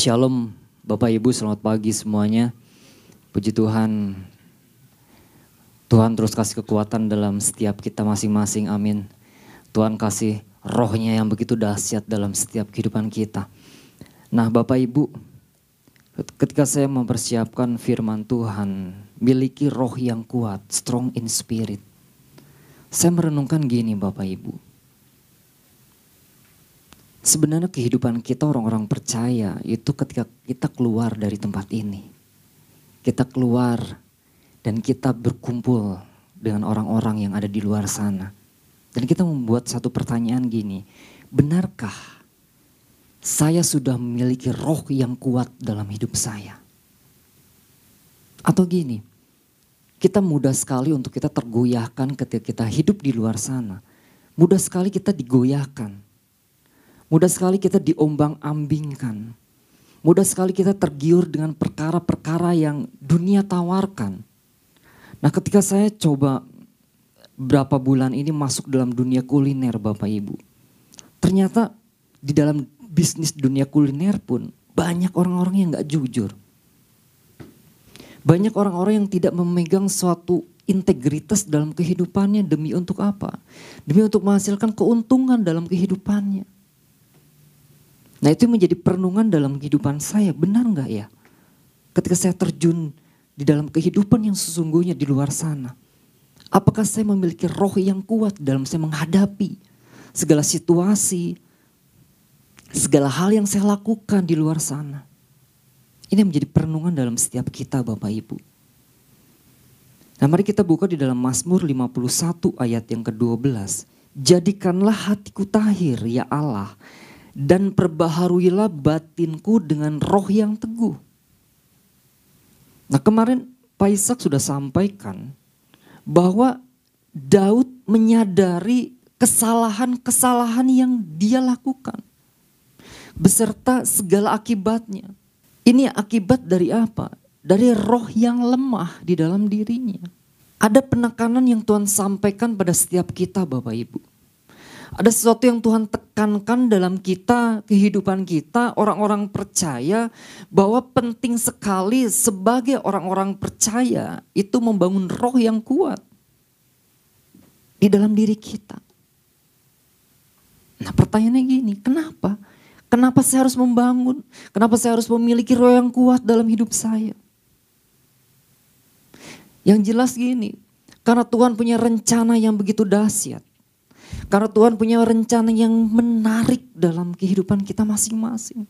Shalom Bapak Ibu, selamat pagi semuanya. Puji Tuhan, Tuhan terus kasih kekuatan dalam setiap kita masing-masing, amin. Tuhan kasih rohnya yang begitu dahsyat dalam setiap kehidupan kita. Nah Bapak Ibu, ketika saya mempersiapkan firman Tuhan, miliki roh yang kuat, strong in spirit. Saya merenungkan gini Bapak Ibu. Sebenarnya kehidupan kita orang-orang percaya itu ketika kita keluar dari tempat ini. Kita keluar dan kita berkumpul dengan orang-orang yang ada di luar sana. Dan kita membuat satu pertanyaan gini, benarkah saya sudah memiliki roh yang kuat dalam hidup saya? Atau gini, kita mudah sekali untuk kita tergoyahkan ketika kita hidup di luar sana. Mudah sekali kita digoyahkan. Mudah sekali kita diombang-ambingkan. Mudah sekali kita tergiur dengan perkara-perkara yang dunia tawarkan. Nah ketika saya coba berapa bulan ini masuk dalam dunia kuliner Bapak Ibu. Ternyata di dalam bisnis dunia kuliner pun banyak orang-orang yang gak jujur. Banyak orang-orang yang tidak memegang suatu integritas dalam kehidupannya demi untuk apa? Demi untuk menghasilkan keuntungan dalam kehidupannya. Nah itu menjadi perenungan dalam kehidupan saya, benar gak ya? Ketika saya terjun di dalam kehidupan yang sesungguhnya di luar sana. Apakah saya memiliki roh yang kuat dalam saya menghadapi segala situasi, segala hal yang saya lakukan di luar sana. Ini menjadi perenungan dalam setiap kita Bapak Ibu. Nah mari kita buka di dalam Mazmur 51 ayat yang ke-12. Jadikanlah hatiku tahir ya Allah, dan perbaharuilah batinku dengan roh yang teguh. Nah kemarin Pak Ishak sudah sampaikan bahwa Daud menyadari kesalahan-kesalahan yang dia lakukan. Beserta segala akibatnya. Ini akibat dari apa? Dari roh yang lemah di dalam dirinya. Ada penekanan yang Tuhan sampaikan pada setiap kita Bapak Ibu. Ada sesuatu yang Tuhan tekankan dalam kita, kehidupan kita, orang-orang percaya bahwa penting sekali sebagai orang-orang percaya itu membangun roh yang kuat di dalam diri kita. Nah pertanyaannya gini, kenapa? Kenapa saya harus membangun? Kenapa saya harus memiliki roh yang kuat dalam hidup saya? Yang jelas gini, karena Tuhan punya rencana yang begitu dahsyat. Karena Tuhan punya rencana yang menarik dalam kehidupan kita masing-masing.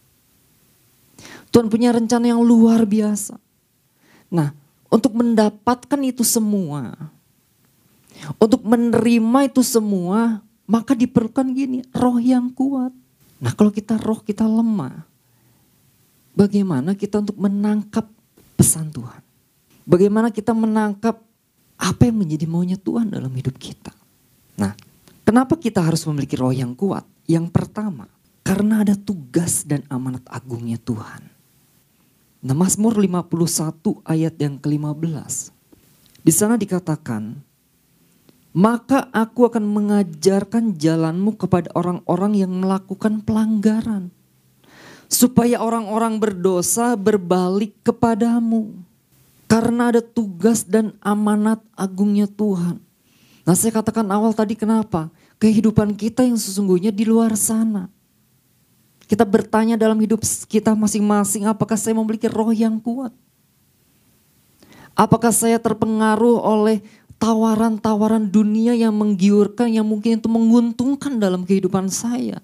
Tuhan punya rencana yang luar biasa. Nah, untuk mendapatkan itu semua, untuk menerima itu semua, maka diperlukan gini, roh yang kuat. Nah, kalau roh kita lemah, bagaimana kita untuk menangkap pesan Tuhan? Bagaimana kita menangkap apa yang menjadi maunya Tuhan dalam hidup kita? Nah, kenapa kita harus memiliki roh yang kuat? Yang pertama, karena ada tugas dan amanat agungnya Tuhan. Nah, Mazmur 51 ayat yang ke-15. Di sana dikatakan, maka aku akan mengajarkan jalanmu kepada orang-orang yang melakukan pelanggaran. Supaya orang-orang berdosa berbalik kepadamu. Karena ada tugas dan amanat agungnya Tuhan. Nah saya katakan awal tadi kenapa? Kehidupan kita yang sesungguhnya di luar sana. Kita bertanya dalam hidup kita masing-masing, apakah saya memiliki roh yang kuat? Apakah saya terpengaruh oleh tawaran-tawaran dunia yang menggiurkan, yang mungkin itu menguntungkan dalam kehidupan saya?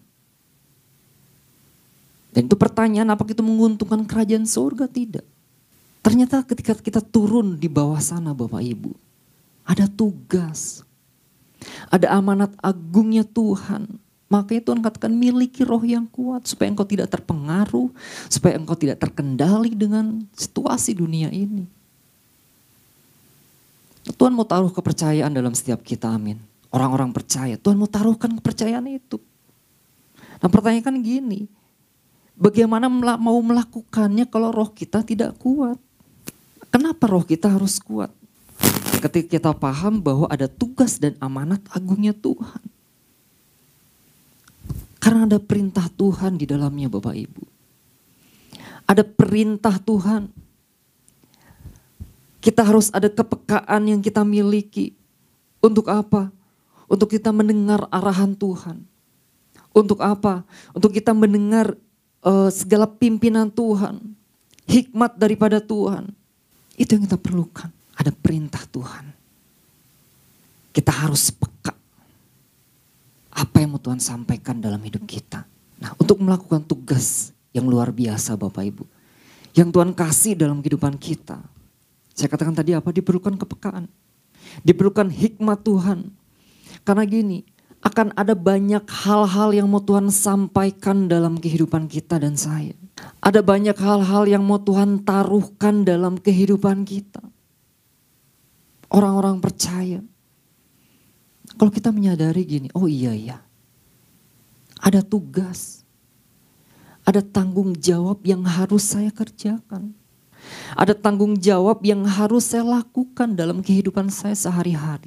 Dan itu pertanyaan, apakah itu menguntungkan kerajaan surga? Tidak. Ternyata ketika kita turun di bawah sana Bapak Ibu, ada tugas. Ada amanat agungnya Tuhan. Makanya Tuhan katakan miliki roh yang kuat. Supaya engkau tidak terpengaruh. Supaya engkau tidak terkendali dengan situasi dunia ini. Tuhan mau taruh kepercayaan dalam setiap kita, amin. Orang-orang percaya. Tuhan mau taruhkan kepercayaan itu. Nah pertanyaan kan gini. Bagaimana mau melakukannya kalau roh kita tidak kuat? Kenapa roh kita harus kuat? Ketika kita paham bahwa ada tugas dan amanat agungnya Tuhan. Karena ada perintah Tuhan di dalamnya Bapak Ibu. ada perintah Tuhan. Kita harus ada kepekaan yang kita miliki. Untuk apa? Untuk kita mendengar arahan Tuhan. Untuk apa? Untuk kita mendengar segala pimpinan Tuhan. Hikmat daripada Tuhan. Itu yang kita perlukan. Ada perintah Tuhan. Kita harus peka. Apa yang mau Tuhan sampaikan dalam hidup kita. Nah, untuk melakukan tugas yang luar biasa Bapak Ibu. Yang Tuhan kasih dalam kehidupan kita. Saya katakan tadi apa? Diperlukan kepekaan. Diperlukan hikmat Tuhan. Karena gini, akan ada banyak hal-hal yang mau Tuhan sampaikan dalam kehidupan kita dan saya. Ada banyak hal-hal yang mau Tuhan taruhkan dalam kehidupan kita. Orang-orang percaya. Kalau kita menyadari gini, oh iya. Ada tugas. Ada tanggung jawab yang harus saya kerjakan. Ada tanggung jawab yang harus saya lakukan dalam kehidupan saya sehari-hari.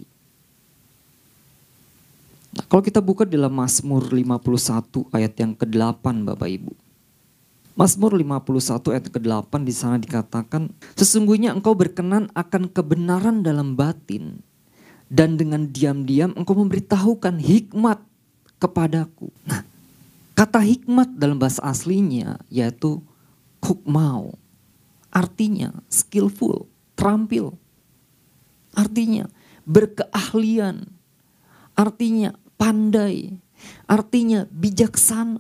Nah, kalau kita buka dalam Mazmur 51 ayat yang ke-8 Bapak Ibu. Mazmur 51 ayat ke-8 di sana dikatakan, sesungguhnya engkau berkenan akan kebenaran dalam batin. Dan dengan diam-diam engkau memberitahukan hikmat kepadaku. Nah, kata hikmat dalam bahasa aslinya yaitu hukmau. Artinya skillful, terampil. Artinya berkeahlian. Artinya pandai. Artinya bijaksana.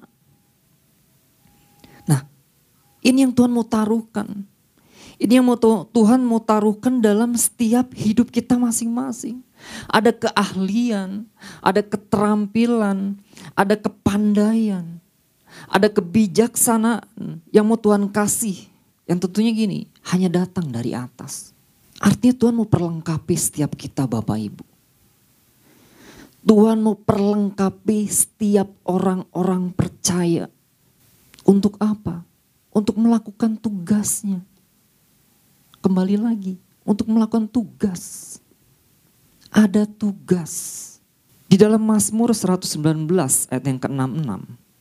Nah, ini yang Tuhan mau taruhkan. Ini yang Tuhan mau taruhkan dalam setiap hidup kita masing-masing. Ada keahlian, ada keterampilan, ada kepandaian, ada kebijaksanaan yang mau Tuhan kasih. Yang tentunya gini, hanya datang dari atas. Artinya Tuhan mau perlengkapi setiap kita Bapak Ibu. Tuhan mau perlengkapi setiap orang-orang percaya. Untuk apa? Untuk melakukan tugasnya. Kembali lagi, untuk melakukan tugas. Ada tugas. Di dalam Mazmur 119 ayat yang ke-66.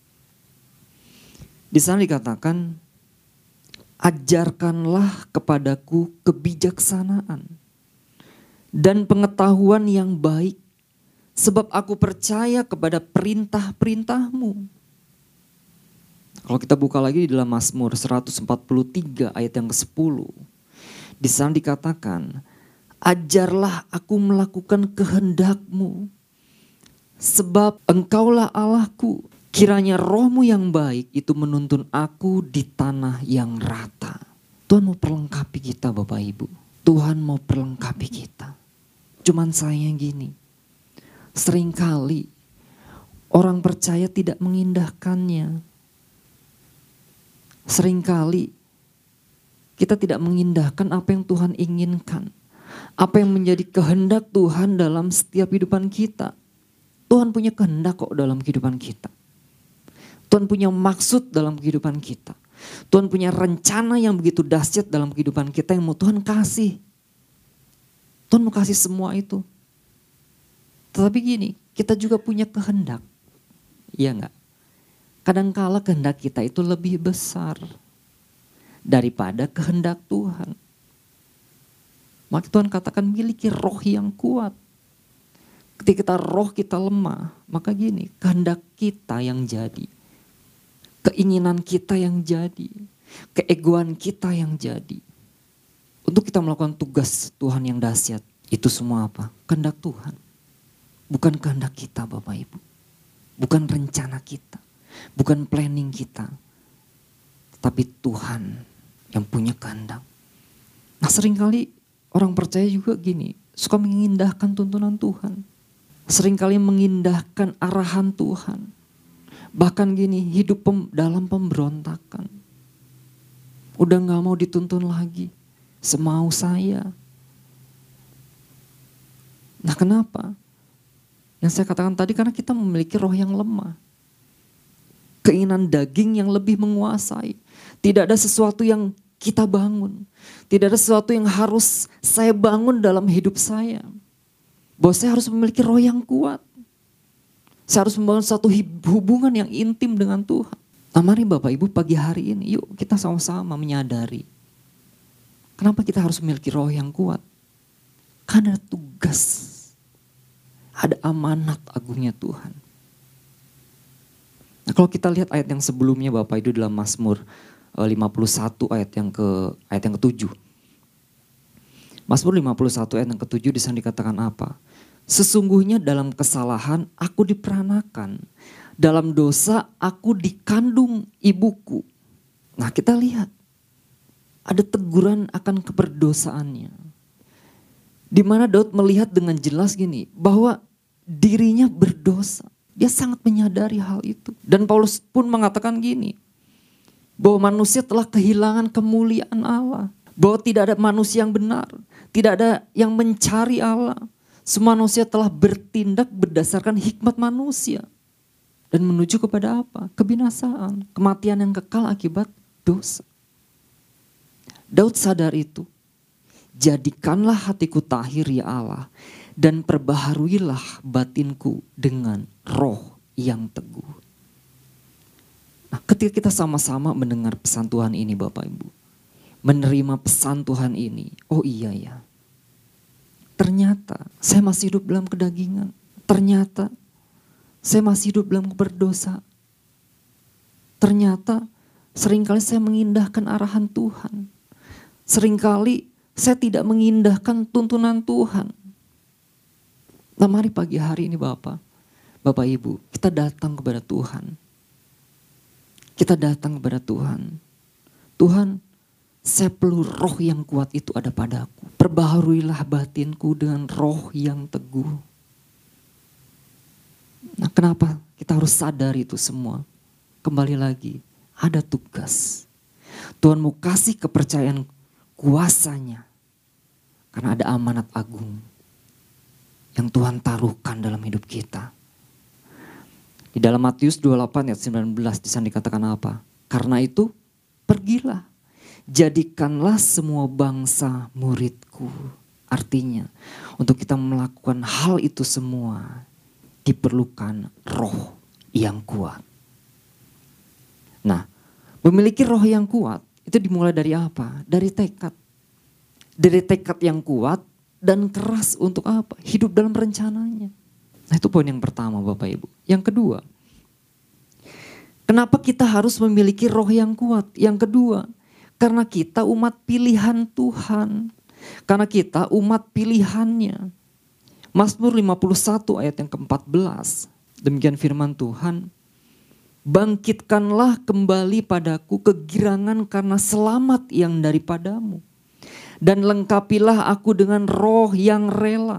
Di sana dikatakan, ajarkanlah kepadaku kebijaksanaan dan pengetahuan yang baik, sebab aku percaya kepada perintah-perintahmu. Kalau kita buka lagi di dalam Mazmur 143 ayat yang ke-10. Di sana dikatakan, ajarlah aku melakukan kehendakmu, sebab engkaulah Allahku. Kiranya rohmu yang baik itu menuntun aku di tanah yang rata. Tuhan mau perlengkapi kita Bapak Ibu. Tuhan mau perlengkapi kita. Cuman sayang gini. Seringkali orang percaya tidak mengindahkannya. Seringkali kita tidak mengindahkan apa yang Tuhan inginkan. Apa yang menjadi kehendak Tuhan dalam setiap kehidupan kita. Tuhan punya kehendak kok dalam kehidupan kita. Tuhan punya maksud dalam kehidupan kita. Tuhan punya rencana yang begitu dahsyat dalam kehidupan kita yang mau Tuhan kasih. Tuhan mau kasih semua itu. Tetapi gini, kita juga punya kehendak. Iya enggak? Kadangkala kehendak kita itu lebih besar daripada kehendak Tuhan. Maka Tuhan katakan miliki roh yang kuat. Ketika roh kita lemah, maka gini, kehendak kita yang jadi. Keinginan kita yang jadi, keegoan kita yang jadi. Untuk kita melakukan tugas Tuhan yang dahsyat, itu semua apa? Kehendak Tuhan. Bukan kehendak kita Bapak Ibu. Bukan rencana kita. Bukan planning kita. Tapi Tuhan yang punya kehendak. Nah seringkali orang percaya juga gini, suka mengindahkan tuntunan Tuhan. Seringkali mengindahkan arahan Tuhan. Bahkan gini, hidup dalam pemberontakan. Udah gak mau dituntun lagi. Semau saya. Nah kenapa? Yang saya katakan tadi karena kita memiliki roh yang lemah. Keinginan daging yang lebih menguasai. Tidak ada sesuatu yang kita bangun. Tidak ada sesuatu yang harus saya bangun dalam hidup saya. Bahwa saya harus memiliki roh yang kuat. Saya harus membangun satu hubungan yang intim dengan Tuhan. Nah mari Bapak Ibu pagi hari ini yuk kita sama-sama menyadari. Kenapa kita harus memiliki roh yang kuat? Karena ada tugas, ada amanat agungnya Tuhan. Nah kalau kita lihat ayat yang sebelumnya Bapak Ibu dalam Mazmur 51 ayat yang ke-7. Mazmur 51 ayat yang ke-7 di sana dikatakan apa? Sesungguhnya dalam kesalahan aku diperanakan, dalam dosa aku dikandung ibuku. Nah kita lihat, ada teguran akan keberdosaannya. Di mana Daud melihat dengan jelas gini, bahwa dirinya berdosa. Dia sangat menyadari hal itu. Dan Paulus pun mengatakan gini, bahwa manusia telah kehilangan kemuliaan Allah. Bahwa tidak ada manusia yang benar, tidak ada yang mencari Allah. Semua manusia telah bertindak berdasarkan hikmat manusia. Dan menuju kepada apa? Kebinasaan, kematian yang kekal akibat dosa. Daud sadar itu. Jadikanlah hatiku tahir ya Allah, dan perbaharuilah batinku dengan roh yang teguh. Nah, ketika kita sama-sama mendengar pesan Tuhan ini Bapak Ibu, menerima pesan Tuhan ini, oh iya ya, ternyata saya masih hidup dalam kedagingan, ternyata saya masih hidup dalam berdosa, ternyata seringkali saya mengindahkan arahan Tuhan, seringkali saya tidak mengindahkan tuntunan Tuhan. Nah mari pagi hari ini Bapak Ibu, kita datang kepada Tuhan. Kita datang kepada Tuhan. Tuhan, saya perlu roh yang kuat itu ada padaku. Perbaharuilah batinku dengan roh yang teguh. Nah kenapa kita harus sadar itu semua? Kembali lagi, ada tugas. Tuhan mau kasih kepercayaan kuasanya. Karena ada amanat agung yang Tuhan taruhkan dalam hidup kita. Di dalam Matius 28 ayat 19 di sana dikatakan apa? Karena itu pergilah, jadikanlah semua bangsa muridku. Artinya untuk kita melakukan hal itu semua diperlukan roh yang kuat. Nah, memiliki roh yang kuat itu dimulai dari apa? Dari tekad. Dari tekad yang kuat dan keras untuk apa? Hidup dalam rencananya. Nah itu poin yang pertama Bapak Ibu. Yang kedua, kenapa kita harus memiliki roh yang kuat? Yang kedua, karena kita umat pilihan Tuhan. Karena kita umat pilihannya. Mazmur 51 ayat yang ke-14. Demikian firman Tuhan. Bangkitkanlah kembali padaku kegirangan karena selamat yang daripadamu. Dan lengkapilah aku dengan roh yang rela.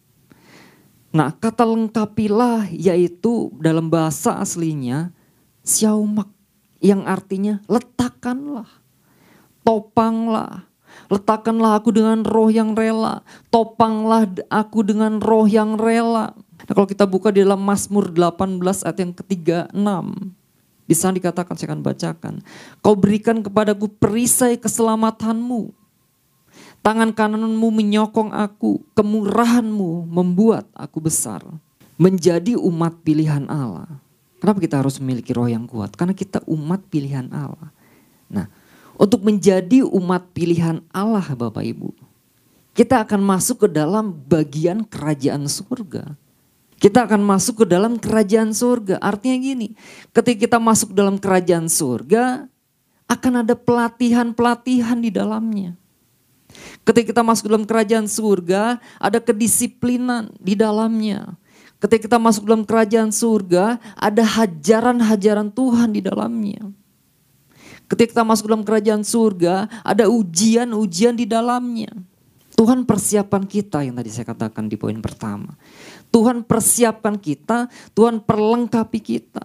Nah kata lengkapilah yaitu dalam bahasa aslinya syaumak. Yang artinya letakkanlah, topanglah. Letakkanlah aku dengan roh yang rela. Topanglah aku dengan roh yang rela. Nah, kalau kita buka di dalam Mazmur 18 ayat yang ke-36. Di sana dikatakan, saya akan bacakan. Kau berikan kepadaku perisai keselamatanmu. Tangan kananmu menyokong aku, kemurahanmu membuat aku besar. Menjadi umat pilihan Allah. Kenapa kita harus memiliki roh yang kuat? Karena kita umat pilihan Allah. Nah, untuk menjadi umat pilihan Allah Bapak Ibu, kita akan masuk ke dalam bagian kerajaan surga. Kita akan masuk ke dalam kerajaan surga. Artinya gini, ketika kita masuk dalam kerajaan surga, akan ada pelatihan-pelatihan di dalamnya. Ketika kita masuk dalam kerajaan surga, ada kedisiplinan di dalamnya. Ketika kita masuk dalam kerajaan surga, ada hajaran-hajaran Tuhan di dalamnya. Ketika kita masuk dalam kerajaan surga, ada ujian-ujian di dalamnya. Tuhan persiapkan kita yang tadi saya katakan di poin pertama. Tuhan persiapkan kita, Tuhan perlengkapi kita.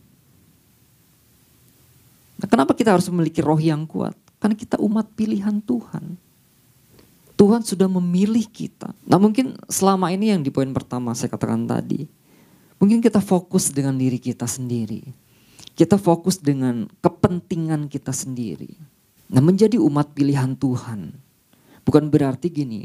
Nah, kenapa kita harus memiliki roh yang kuat? Karena kita umat pilihan Tuhan. Tuhan sudah memilih kita. Nah mungkin selama ini yang di poin pertama saya katakan tadi. Mungkin kita fokus dengan diri kita sendiri. Kita fokus dengan kepentingan kita sendiri. Nah menjadi umat pilihan Tuhan. Bukan berarti gini.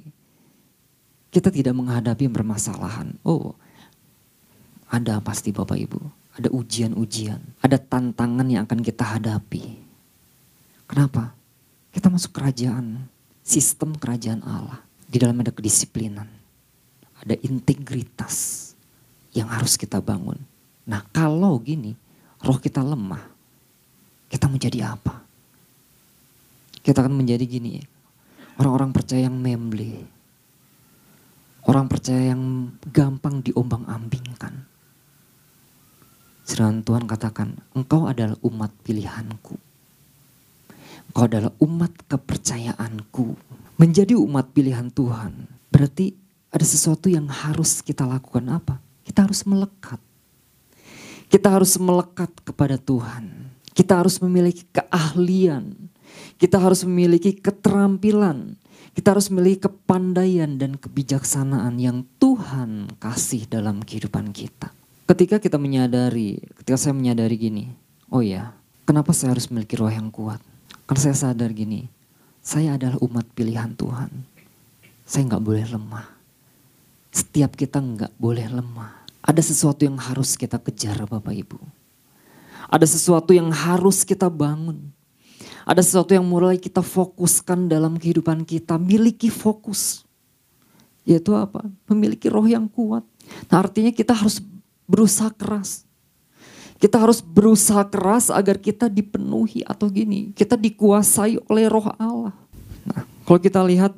Kita tidak menghadapi permasalahan. Oh ada pasti Bapak Ibu. ada ujian-ujian, ada tantangan yang akan kita hadapi. Kenapa? Kita masuk kerajaan, sistem kerajaan Allah. Di dalamnya ada kedisiplinan, ada integritas yang harus kita bangun. Nah kalau gini, roh kita lemah, kita menjadi apa? Kita akan menjadi gini, orang-orang percaya yang membeli, orang percaya yang gampang diombang-ambingkan. Sedangkan Tuhan katakan, engkau adalah umat pilihanku. Engkau adalah umat kepercayaanku. Menjadi umat pilihan Tuhan berarti ada sesuatu yang harus kita lakukan apa? Kita harus melekat. Kita harus melekat kepada Tuhan. Kita harus memiliki keahlian. Kita harus memiliki keterampilan. Kita harus memiliki kepandaian dan kebijaksanaan yang Tuhan kasih dalam kehidupan kita. Ketika saya menyadari gini, oh ya, kenapa saya harus memiliki roh yang kuat? Karena saya sadar gini, saya adalah umat pilihan Tuhan. Saya gak boleh lemah. Setiap kita gak boleh lemah. Ada sesuatu yang harus kita kejar Bapak Ibu. Ada sesuatu yang harus kita bangun. Ada sesuatu yang mulai kita fokuskan dalam kehidupan kita. Miliki fokus. Yaitu apa? Memiliki roh yang kuat. Nah artinya kita harus berusaha keras. Kita harus berusaha keras agar kita dipenuhi atau gini, kita dikuasai oleh roh Allah. Nah, kalau kita lihat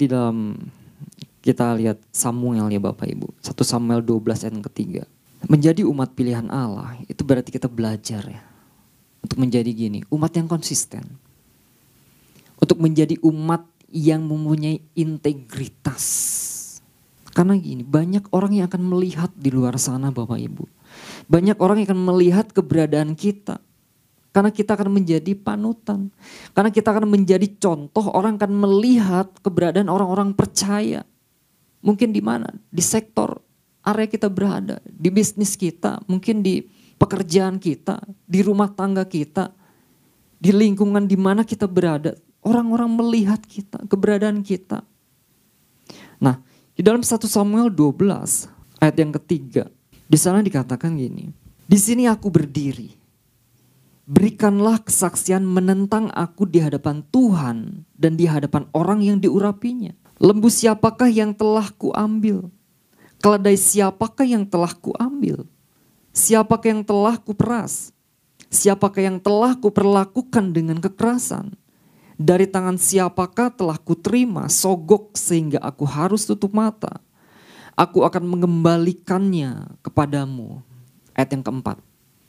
Samuel ya Bapak Ibu. 1 Samuel 12 ayat yang ketiga. Menjadi umat pilihan Allah itu berarti kita belajar ya. Untuk menjadi gini, umat yang konsisten. Untuk menjadi umat yang mempunyai integritas. Karena gini, banyak orang yang akan melihat di luar sana Bapak Ibu. Banyak orang yang akan melihat keberadaan kita. Karena kita akan menjadi panutan. Karena kita akan menjadi contoh, orang akan melihat keberadaan orang-orang percaya. Mungkin di mana? Di sektor area kita berada. Di bisnis kita, mungkin di pekerjaan kita, di rumah tangga kita. Di lingkungan di mana kita berada. Orang-orang melihat kita, keberadaan kita. Nah, di dalam 1 Samuel 12 ayat yang ketiga. Di sana dikatakan gini, di sini aku berdiri, berikanlah kesaksian menentang aku di hadapan Tuhan dan di hadapan orang yang diurapinya. Lembu siapakah yang telah kuambil? Keledai siapakah yang telah kuambil? Siapakah yang telah kuperas? Siapakah yang telah kuperlakukan dengan kekerasan? Dari tangan siapakah telah kuterima sogok sehingga aku harus tutup mata? Aku akan mengembalikannya kepadamu. Ayat yang keempat.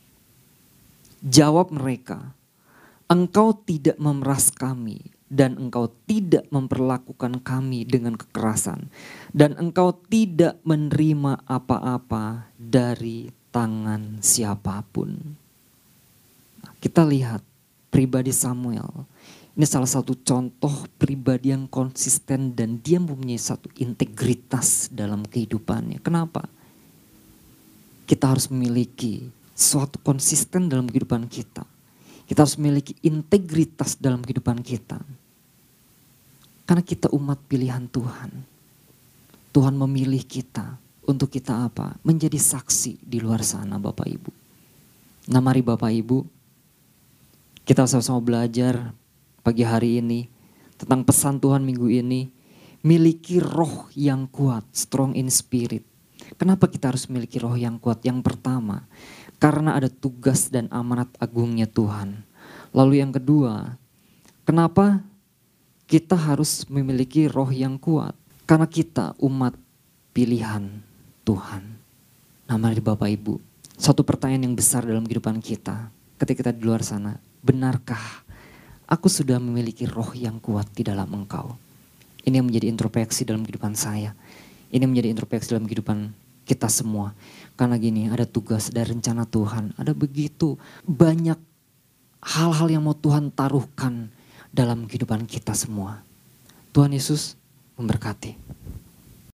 Jawab mereka, engkau tidak memeras kami dan engkau tidak memperlakukan kami dengan kekerasan. Dan engkau tidak menerima apa-apa dari tangan siapapun. Kita lihat pribadi Samuel. Ini salah satu contoh pribadi yang konsisten dan dia mempunyai satu integritas dalam kehidupannya. Kenapa? Kita harus memiliki suatu konsisten dalam kehidupan kita. Kita harus memiliki integritas dalam kehidupan kita. Karena kita umat pilihan Tuhan. Tuhan memilih kita untuk kita apa? Menjadi saksi di luar sana Bapak Ibu. Nah mari Bapak Ibu, kita sama-sama belajar pagi hari ini tentang pesan Tuhan minggu ini, miliki roh yang kuat, strong in spirit. Kenapa kita harus memiliki roh yang kuat? Yang pertama, karena ada tugas dan amanat agungnya Tuhan. Lalu yang kedua, kenapa kita harus memiliki roh yang kuat? Karena kita umat pilihan Tuhan. Nah mari Bapak Ibu, satu pertanyaan yang besar dalam kehidupan kita ketika kita di luar sana, benarkah aku sudah memiliki roh yang kuat di dalam engkau? Ini yang menjadi introspeksi dalam kehidupan saya. Ini menjadi introspeksi dalam kehidupan kita semua. Karena gini, ada tugas dan rencana Tuhan. Ada begitu banyak hal-hal yang mau Tuhan taruhkan dalam kehidupan kita semua. Tuhan Yesus memberkati.